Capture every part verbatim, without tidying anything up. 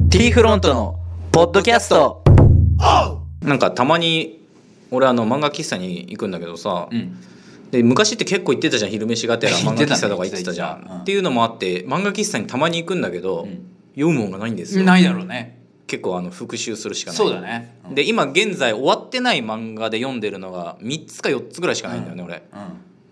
T フロントのポッドキャスト。 なんかたまに俺あの漫画喫茶に行くんだけどさ、うん、で昔って結構行ってたじゃん、昼飯がてら漫画喫茶とか行ってたじゃん、うん、っていうのもあって漫画喫茶にたまに行くんだけど、うん、読むもんがないんですよ。 ないだろうね。 結構あの復習するしかない。 そうだね、 うん、で今現在終わってない漫画で読んでるのがみっつかよっつぐらいしかないんだよね、うん、俺、うん、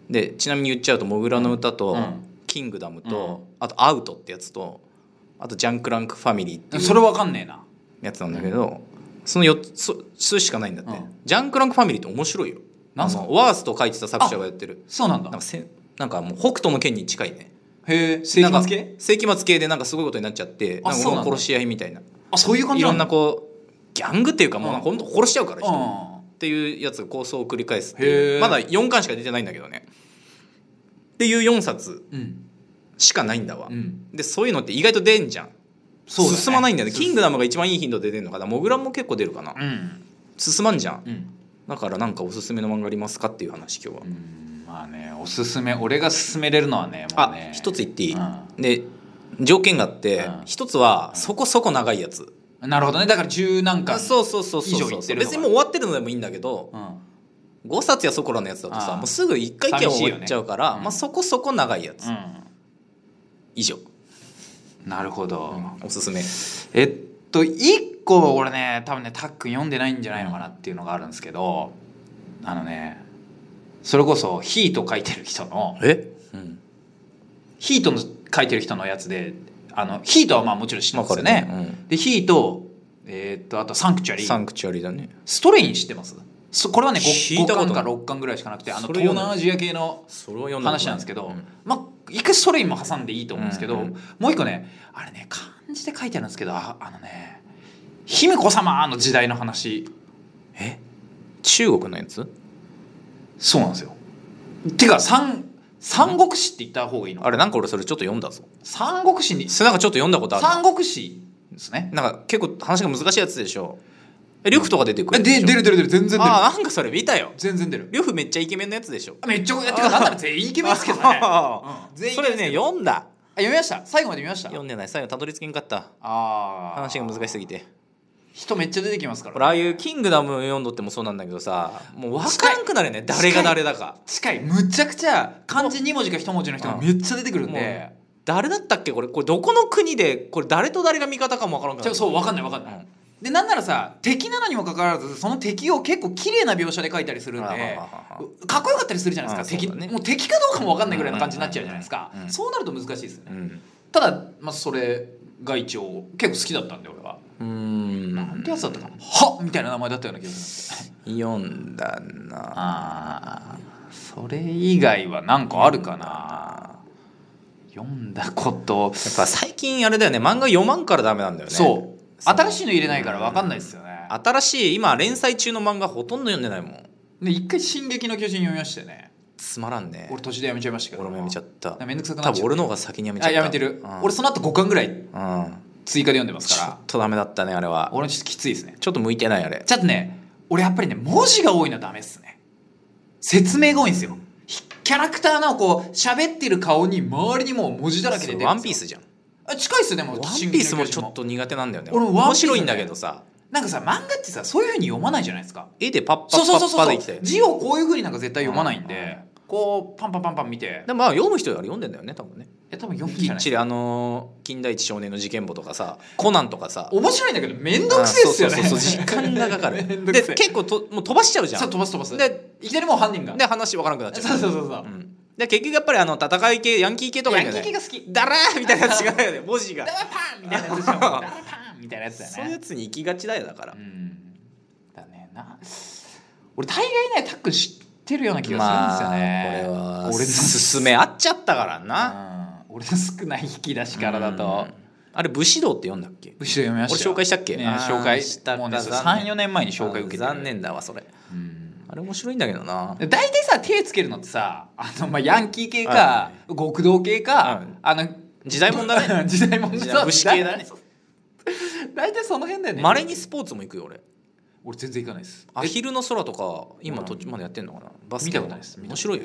でちなみに言っちゃうとモグラの歌と、うん、キングダムと、うん、あとアウトってやつと、あとジャンクランクファミリーっていうそれわかんねえなやつなんだけど、うん、そのよっつしかないんだって、うん、ジャンクランクファミリーって面白いよ。なんかワースト書いてた作者がやってる。 そうなんだ。 なんかせなんかもう北斗の拳に近いね。 へえ。世紀末系？ 世紀末系でなんかすごいことになっちゃって、なんかもう殺し合いみたいな。 あ、そういう感じなんだ。 いろんなこうギャングっていうかもうなんか本当殺しちゃうから人、うん、っていうやつが構想を繰り返すっていう。まだよんかんしか出てないんだけどね。っていうよんさつしかないんだわ、うん、でそういうのって意外と出んじゃん。そうだね、進まないんだよね。キングダムが一番いい頻度で出るのかな。モグラも結構出るかな、うん、進まんじゃん、うん、だからなんかおすすめの漫画ありますかっていう話今日は。うん、 まあね、おすすめ俺が勧めれるのはね、もうね、 あ、一つ言っていい、うん、で条件があって一、うん、つはそこそこ長いやつ。 なるほどね。だから十何巻以上いってるの。別にもう終わってるのでもいいんだけど、うん、ごさつやそこらのやつだとさ、もうすぐいっかいけ終わっちゃうから、ね、うん、まあ、そこそこ長いやつ、うん、以上。 なるほど、 うん、おすすめ。 えっといっこ俺ね多分ねたっくん読んでないんじゃないのかなっていうのがあるんですけど、あのねそれこそヒート書いてる人のえ、うん、 ヒートの書いてる人のやつで、あのヒートはまあもちろん知ってますよね、ね、うん、でヒート、えー、っとあとサンクチュアリーサンクチュアリーだね。 ストレイン知ってます？これはね ご, ごかんかろっかんぐらいしかなくて、あの東南アジア系の話なんですけど、うん、まあ一回ストレインも挟んでいいと思うんですけど、うんうん、もう一個ねあれね漢字で書いてあるんですけど、あ, あのね卑弥呼様の時代の話。 え、中国のやつ？ そうなんですよ。てか三三国志って言った方がいいの？ あれなんか俺それちょっと読んだぞ。 三国志にそれなんかちょっと読んだことある。 三国志ですね。 なんか結構話が難しいやつでしょ。呂布とか出てくるでしょ。で出る出る出る全然出る。 あ、なんかそれ見たよ。 全然出る。 呂布めっちゃイケメンのやつでしょ。 めっちゃやってかなんなら全員イケメンですけどね、 うん、全員それね読んだ。あ、 読みました。最後まで見ました。 読んでない。最後たどり着けんかった。 あ、 話が難しすぎて。 人めっちゃ出てきますから、ね、 これああいうキングダム読んどってもそうなんだけどさ、もう分からんくなるよね、誰が誰だか。 近い、むちゃくちゃ漢字に文字か一文字の人がめっちゃ出てくるんで、 誰だったっけこれ、これどこの国でこれ誰と誰が味方かも分からんくなる。 そう分かんない分かんない、うん、でなんならさ敵なのにもかかわらずその敵を結構綺麗な描写で描いたりするんでかっこよかったりするじゃないですか。敵、ね、もう敵かどうかも分かんないぐらいの感じになっちゃうじゃないですか、うんうんうん、そうなると難しいですよね、うん、ただ、まあ、それが一応結構好きだったんで俺は。うーん、なんてやつだったかな、はっみたいな名前だったような気がする。読んだなあ。それ以外は何かあるかな。読んだことやっぱ最近あれだよね、漫画読まんからダメなんだよね。 そう新しいの入れないから分かんないですよね。 新しい今連載中の漫画ほとんど読んでないもん。 で一回進撃の巨人読みましたよね。 つまらんね。 俺途中でやめちゃいましたけど。 俺もやめちゃった。 めんどくさくなっちゃった。 多分俺の方が先にやめちゃった。 あ、やめてる、うん、俺その後ごかんぐらい追加で読んでますから、 ちょっとダメだったねあれは。 俺ちょっときついですね。 ちょっと向いてないあれ。 ちょっとね俺やっぱりね文字が多いのはダメっすね。説明が多いんですよ。キャラクターのこう喋ってる顔に周りにもう文字だらけで出てる。 ワンピースじゃん。 あ、近いっすよ。でもワンピースもちょっと苦手なんだよね。 俺面白いんだけどさ、 なんかさ漫画ってさそういう風に読まないじゃないですか。 絵でパッパッパッパでいきたい。 字をこういう風になんか絶対読まないんで、うんうん、こうパンパンパンパン見て。 でもまあ読む人より読んでんだよね多分ね。 いや多分読むんじゃない。 きっちりあのー、金田一少年の事件簿とかさ、コナンとかさ、 面白いんだけどめんどくせえっすよね。 そうそうそうそう、時間がかかる。で結構ともう飛ばしちゃうじゃん。 そう飛ばす飛ばす。 でいきなりもう犯人が。 で話わからなくなっちゃう。 そうそうそうそう。うん、 で結局やっぱりあの戦い系ヤンキー系とかいいんだよね。 ヤンキー系が好き。 ダラーみたいなやつがよね文字が。 ダラパンみたいなやつでしょ。ダラパンみたいなやつだよね。 そういうやつに行きがちだよだから。うん、 だねな。俺大概ねタック知ってるような気がするんですよね。 まあ、これは俺の勧め合っちゃったからな。 うん、俺の少ない引き出しからだと。 あれ武士道って読んだっけ？ 武士道読みましたよ。 俺紹介したっけ？ ね、紹介したもうねさんよねんまえに紹介受けてる。 残念だわそれ。うん、あれ面白いんだけどな。 大体さ手つけるのってさあの、まあ、ヤンキー系か極道系かあの時代もんだね。 時代もんだ。 武士系だね。 大体その辺だよね。 稀にスポーツも行くよ俺。 俺全然行かないです。 アヒルの空とか今途中までやってんのかな。バスケ見たことないです。 面白いよ。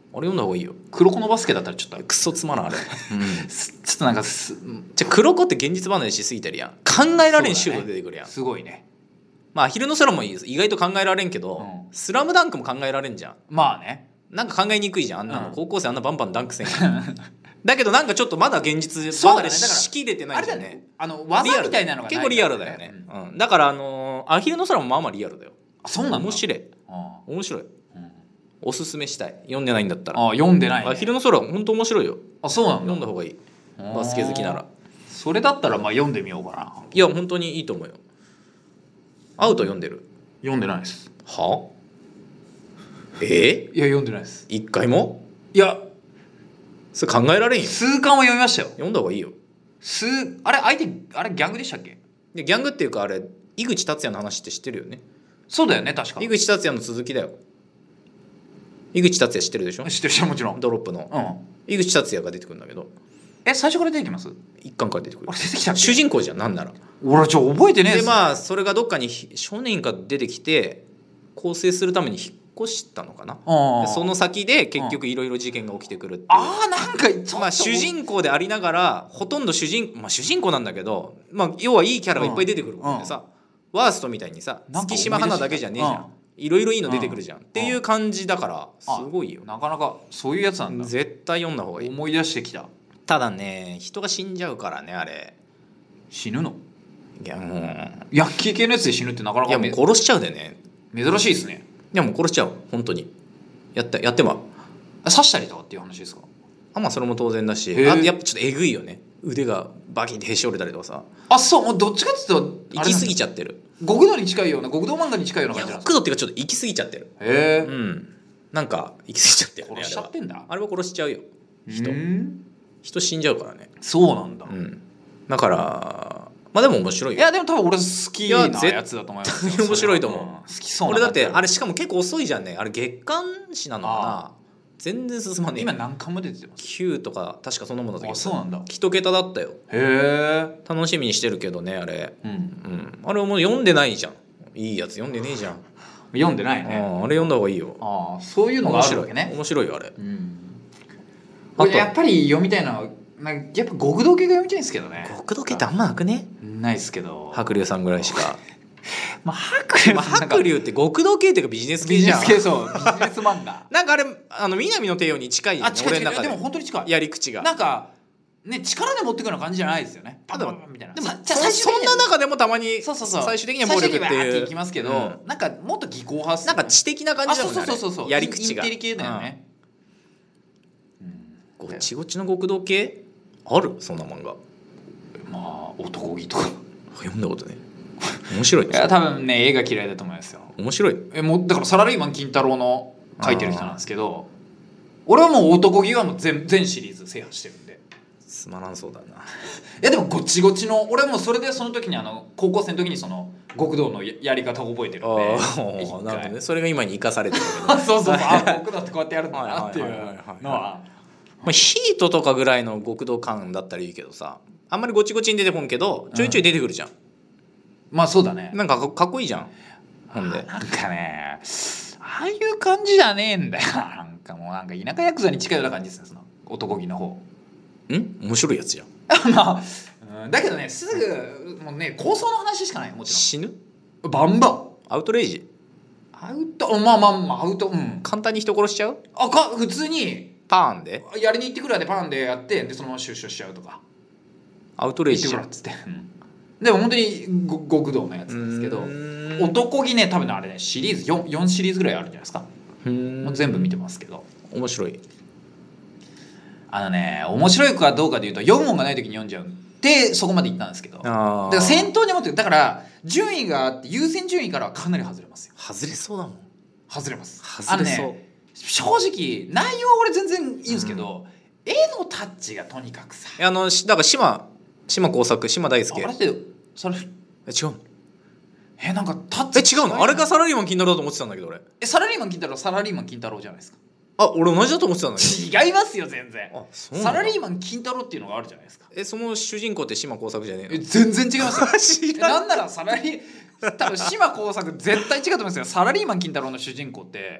あれ読んだ方がいいよ。 黒子のバスケだったらちょっとクソつまらんあれ、うん、 ちょっとなんかすじゃ黒子って現実離れしすぎてるやん。考えられんシュート出てくるやん、 ね、すごいね。 まあアヒルの空も意外と考えられんけど、うん、スラムダンクも考えられんじゃん。 まあね、 なんか考えにくいじゃんあんなの、うん、高校生あんなバンバンダンクせんだけどなんかちょっとまだ現実離れしきれてないじゃん ね, ねあの技みたいなのがない、 結構リアルだよね、うんうん、だからあのー、アヒルの空もまあまあリアルだよ。 あ、そうなんだ。 面白い、あ面白い、うん、おすすめしたい。読んでないんだったら。 あ読んでない、ね、 アヒルの空本当面白いよ。 あ、そうなんだ。 読んだ方がいい、バスケ好きなら。 それだったらまあ読んでみようかな。 いや本当にいいと思うよ。アウト読んでる？ 読んでないです。 は？えー、 いや読んでないです。 一回も？ いやそれ考えられんよ。 数巻は読みましたよ。 読んだ方がいいよ。 数あれ相手あれギャングでしたっけ？ ギャングっていうかあれ井口達也の話って知ってるよね。 そうだよね、確か。 井口達也の続きだよ。井口達也知ってるでしょ？ 知ってる、もちろん。 ドロップの、うん、井口達也が出てくるんだけど。 え、最初から出てきます？ 一巻から出てくる。 あれ出てきたっけ？ 主人公じゃん、なんなら。 俺ちょ覚えてねえっす。 でまあそれがどっかに少年院から出てきて構成するために引っ越したのかな。でその先で結局いろいろ事件が起きてくるっていう。 ああ、なんかちょっとまあ主人公でありながらほとんど主人まあ主人公なんだけど、まあ要はいいキャラがいっぱい出てくるもんでさ、ワーストみたいにさ月島花だけじゃねえじゃん。いろいろいいの出てくるじゃん、うん、っていう感じだからすごいよ。 なかなかそういうやつなんだ。 絶対読んだ方がいい。 思い出してきた。 ただね人が死んじゃうからねあれ。 死ぬの？ いやもうヤンキー系のやつで死ぬってなかなか。 いやもう殺しちゃうでね。 珍しいですね。 いやもう殺しちゃう本当に。やってやってまう。 刺したりとかっていう話ですか？ あまあそれも当然だし、あとやっぱちょっとえぐいよね。腕がバキンってへし折れたりとかさ。 あ、そう、もうどっちかっていうと行き過ぎちゃってる。 極道に近いような極道漫画に近いような感じなんですか？ 極道っていうかちょっと行き過ぎちゃってる。 へえ。 うん。なんか行き過ぎちゃってる、ね、 殺しちゃってんだ。 あれは殺しちゃうよ人。人死んじゃうからね。 そうなんだ、 うん、だからまあでも面白いよ。 いやでも多分俺好きなやつだと思いますよ。 面白いと思う、うん、 好きそうな。 俺だってあれしかも結構遅いじゃんね。あれ月刊誌なのかな。全然進まねえ。 今何巻も出てます？ きゅうとか確かそんなもんだったけど。 あ、そうなんだ。 一桁だったよ。 へえ。 楽しみにしてるけどねあれ、 うん、うん、 あれもう読んでないじゃん。いいやつ読んでねえじゃん。 読んでないね。 あ, あれ読んだ方がいいよ。 ああ、そういうのがあるわけね。 面白いよあれ、 うん、あとやっぱり読みたいのはやっぱ極道系が読みたいんですけどね。 極道系ってあんまなくね？ ないですけど白龍さんぐらいしかまあ白龍、 まあ、白龍って極道系っていうかビジネス系じゃん。 ビジネス系、そうビジネス漫画なんかあれあの南の帝王に近いよね。 あ、近い近い。 俺の中ででも本当に近い。 やり口がなんかね、力で持ってくような感じじゃないですよね。 パパみたいな。 でもそんな中でもたまにそうそうそう最終的には暴力っていういきますけど、うん、なんかもっと技巧派っすよね。なんか知的な感じだもんね。 そうそうそうそう、 やり口がインテリ系だよね、 うん、ごちごちの極道系ある？そんな漫画。 まあ男気とか読んだことね。面白いです。 いや多分ね絵が嫌いだと思いますよ。 面白い。 えもうだからサラリーマン金太郎の書いてる人なんですけど、俺はもう男気はもう 全, 全シリーズ制覇してるんで。 つまらんそうだな。いやでもごちごちの俺もそれでその時にあの高校生の時にその極道のやり方を覚えてるんで。 ああなるほどね。それが今に生かされてるけどそうそうそう、あ極道ってこうやってやるんだなっていうのは。 ヒートとかぐらいの極道感だったらいいけどさ、あんまりごちごちに出てこんけどちょいちょい出てくるじゃん、うん、 まあそうだね。 なんかかっこいいじゃん。ほんでなんかねああいう感じじゃねえんだよ。なんかもうなんか田舎ヤクザに近いような感じですね、その男気の方。 ん面白いやつじゃんまあ、うん、だけどねすぐもうね構想の話しかない。もちろん死ぬバンバンアウトレイジアウトまあまあまあアウト、うん、 簡単に人殺しちゃう。 あか普通にパーンでやりに行ってくるわでパーンでやってでそのまま出所しちゃうとか。 アウトレイジじゃん。行ってくるっつって、うん、でも本当に極道のやつなんですけど、男気ね多分ねあれねシリーズ 4, 4シリーズぐらいあるんじゃないですか。もう全部見てますけど面白い。 あのね面白いかどうかでいうと読むもんがない時に読んじゃうってそこまで言ったんですけど、だから先頭に持ってるだから順位があって優先順位からはかなり外れますよ。 外れそうだもん。 外れます外れそう。 ね、正直内容は俺全然いいんですけど、うん、絵のタッチがとにかくさあのだから島島耕作島大輔あれってそれえ違うのえなんかタッチえ違うのあれがサラリーマン金太郎だと思ってたんだけど俺えサラリーマン金太郎サラリーマン金太郎じゃないですか。 あ俺同じだと思ってたんだけど違いますよ全然。 あそうサラリーマン金太郎っていうのがあるじゃないですか。 えその主人公って島耕作じゃねえの。 え全然違いますよなんならサラリー多分島耕作絶対違うと思いますよ。サラリーマン金太郎の主人公って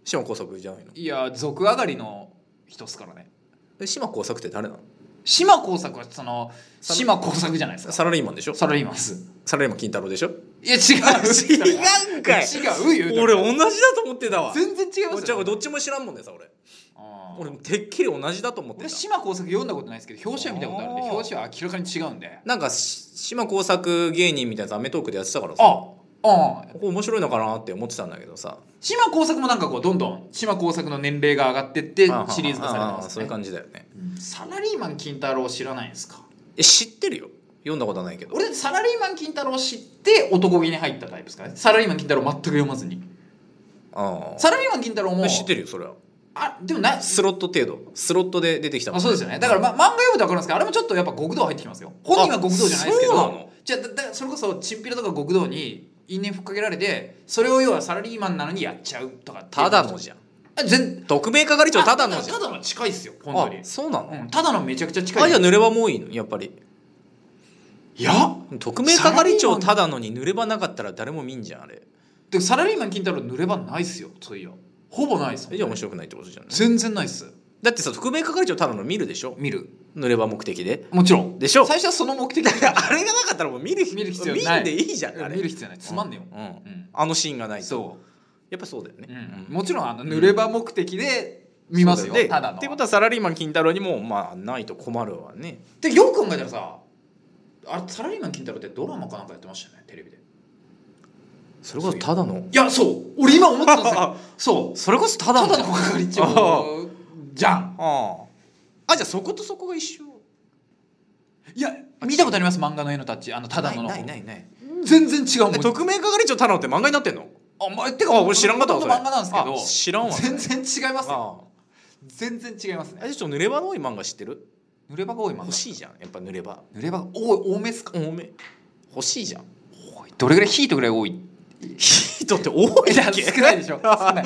島耕作じゃないの？ いや俗上がりの人っすからね。 島耕作って誰なの？ 島耕作はその島耕作じゃないですか。 サラリーマンでしょ。 サラリーマンです。 サラリーマン金太郎でしょ。 いや違う違うんかい。 違うよ。 俺同じだと思ってたわ。 全然違いますよ。 どっちも知らんもんねさ俺。俺てっきり同じだと思ってた。 島耕作読んだことないですけど表紙は見たことあるんで、表紙は明らかに違うんで。 なんか島耕作芸人みたいなやつアメトーークでやってたからさ、 ああここ面白いのかなって思ってたんだけどさ、 島耕作もなんかこうどんどん島耕作の年齢が上がってってシリーズ化されてますね。 そういう感じだよね、 うん、サラリーマン金太郎知らないんですか？ え知ってるよ、読んだことはないけど。 俺サラリーマン金太郎知って男気に入ったタイプですかね。サラリーマン金太郎全く読まずに。あサラリーマン金太郎も知ってるよそれは。 あでもなスロット程度スロットで出てきたもん、 ね、あそうですよね。だから、ま、漫画読むと分かるんですけど、あれもちょっとやっぱ極道入ってきますよ。本人は極道じゃないですけど、じゃあだだそれこそチンピラとか極道に因縁ふっかけられて、それを要はサラリーマンなのにやっちゃうとか。 ただのじゃん。 あ全特命係長ただのじゃん。 ただの近いっすよ本当に。 そうなの、 うん、ただのめちゃくちゃ近い。 あじゃあ濡れ場も多いのやっぱり。 いや特命係長ただのに濡れ場なかったら誰も見んじゃんあれ。 でサラリーマン金太郎濡れ場ないっすよ。そういやほぼないっすもん。 じゃあ面白くないってことじゃん、ね、 全然ないっす。 だってさ特命係長ただの見るでしょ。 見る。 濡れ場目的で。 もちろんでしょ。 最初はその目的あれがなかったらもう見る見る必要ない。 見んでいいじゃんあれ。 見る必要ない。つまんねえよ、 うんうん、あのシーンがないと。そうやっぱそうだよね、 うん、もちろんあの濡れ場目的で見ますよ、うん、ただの。 っていうことはサラリーマン金太郎にもまあないと困るわね。 でよく考えたらさ、あれサラリーマン金太郎ってドラマかなんかやってましたよねテレビで。 それこそただのいやそう俺今思ってたんですよそうそれこそただのただの係長じゃん。 ああじゃあそことそこが一緒。 いや見たことあります漫画の絵のタッチ。あのただののないないない全然違うもん。 特命係長ただのって漫画になってんの？ あ、まあ、てか俺知らんかったわそれ。 漫画なんですけど知らんわ。 全然違いますよ。全然違いますね。 あちょっと濡れ場の多い漫画知ってる？ 濡れ場が多い漫画欲しいじゃんやっぱ濡れ場。 濡れ場多い多めっすか？ 多め欲しいじゃん。 どれぐらいヒートぐらい多い？ ヒートって多いっけ？ 少ないでしょ。少ない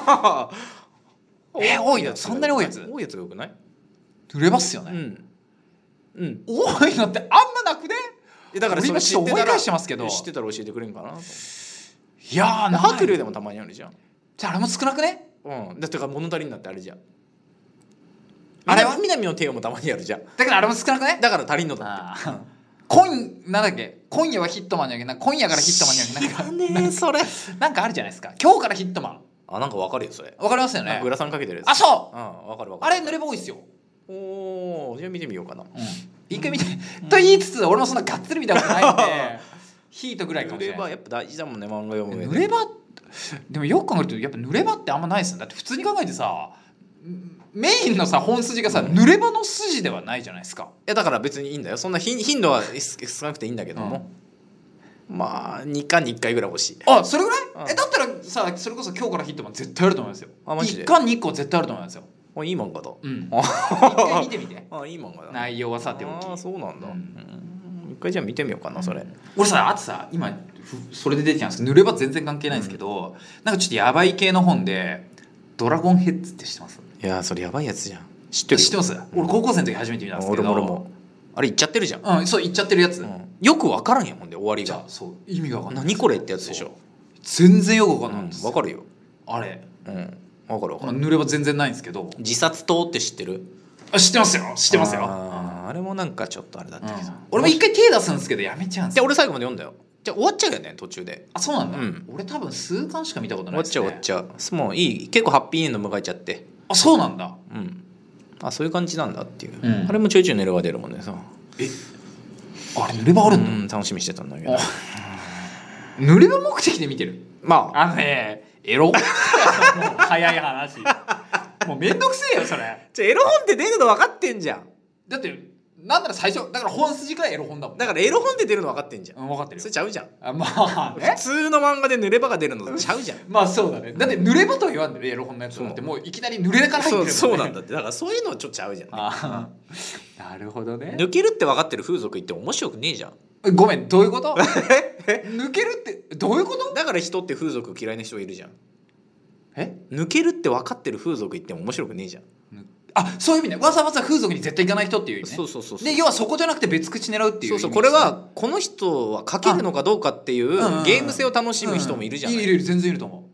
え多いやつ。そんなに多いやつ？ 多いやつがよくない？ 濡れ場っすよね。 うんうん、 多いのってあんまなくね。 だから今ちょっと思い返してますけど、 知ってたら教えてくれんかなと。 いやーハクレーでもたまにあるじゃん。 じゃああれも少なくね。 うんだってから物足りになってあれじゃん。あれは南の帝王もたまにあるじゃん。 だからあれも少なくね。 だから足りんのだって。 今なんだっけ今夜はヒットマンじゃなくて今夜からヒットマンじゃなくてなんかねそれなんかあるじゃないですか。今日からヒットマン。 あなんかわかるよそれ。 わかりますよね。 グラサンかけてるやつ。 あそう。 うんわかるわかる。 あれ濡れ場多いっすよ。 おおじゃあ見てみようかな。 一回見てと言いつつ俺もそんながっつり見たことないんでヒートぐらいかもしれない。 濡れ場やっぱ大事だもんね漫画読む上で。 濡れ場でもよく考えるとやっぱ濡れ場ってあんまないっすよ。だって普通に考えてさメインのさ本筋がさ濡れ場の筋ではないじゃないですか。いやだから別にいいんだよ。そんな頻度は少なくていいんだけども、うん、まあにかんにいっかいぐらい欲しい。 あそれぐらい、 うん、 えだったらさそれこそ今日からヒットマン絶対あると思いますよ。 あマジでいっかんにいっこ絶対あると思いますよ。 あいい漫画だ。 うん一回見てみて。 あいい漫画だ。 内容はさておき。 あそうなんだ、うん、一回じゃあ見てみようかなそれ。 俺さあとさ今それで出てきたんですけど濡れ場全然関係ないんですけど、うん、なんかちょっとヤバい系の本でドラゴンヘッズって知ってます？ いやそれやばいやつじゃん。知ってる？ 知ってます？俺高校生の時初めて見たんですけど。 俺も俺もあれ言っちゃってるじゃん。 うんそう言っちゃってるやつ、うん、 よく分からんやもんで終わりが。 そう意味が分かんない。 何これってやつでしょ。 全然よく分かんないんです、 うん、分かるよあれ。 うん分かる分かる。 濡れ場全然ないんですけど。 自殺島って知ってる？ あ知ってますよ知ってますよ。 あ, あれもなんかちょっとあれだったけど、うん、 俺も一回手出すんですけどやめちゃうんですよ。 で俺最後まで読んだよ。じゃあ終わっちゃうよね途中で。 あそうなんだ、 うん、 俺多分数巻しか見たことないですね。 終わっちゃう終わっちゃう。もういい結構ハッピーエンド迎えちゃって。 あそうなんだ。 うんあそういう感じなんだっていう、 うん、 あれもちょいちょい濡れ場出るもんねさ。 えあれ濡れ場あるんだ、 うん、楽しみにしてたんだけど濡れ場目的で見てる。 まああのねエロもう早い話もうめんどくせえよそれ。 じゃエロ本って出るの分かってんじゃん。 だってなんなら最初だから本筋からエロ本だもん。 だからエロ本って出るの分かってんじゃん、 うん、分かってるよ。 それちゃうじゃん。 あまあね普通の漫画で濡れ場が出るのちゃうじゃんまあそうだね。だって濡れ場とは言わんでねエロ本のやつだってもういきなり濡れから入ってるもんね。 そうそうなんだって。だからそういうのちょっとちゃうじゃん、ね、 あなるほどね。 抜けるって分かってる風俗行って面白くねえじゃん。 ごめんどういうこと抜けるってどういうこと？ だから人って風俗嫌いな人がいるじゃん。 え抜けるって分かってる風俗行っても面白くねえじゃん。 あそういう意味ね。わざわざ風俗に絶対行かない人っていう意味ね。 そうそうそうそう。 で要はそこじゃなくて別口狙うっていう意味、ね、 そうそうこれはこの人は書けるのかどうかっていうゲーム性を楽しむ人もいるじゃん、 うんうん、いるいる全然いると思う。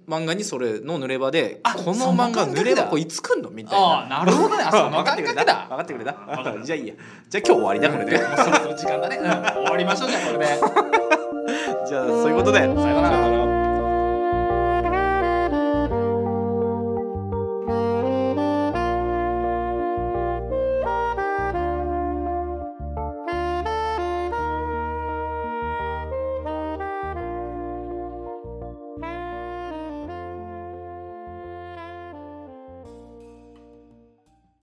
漫画にそれの濡れ場でこの漫画濡れ場これいつ来んのみたいな。あなるほどね。あその感覚だ。 分かってくれたじゃあいいや。じゃあ今日終わりだこれで。 もうそろそろ時間だね、うん、終わりましょうじゃあこれでじゃあそういうことでさよなら。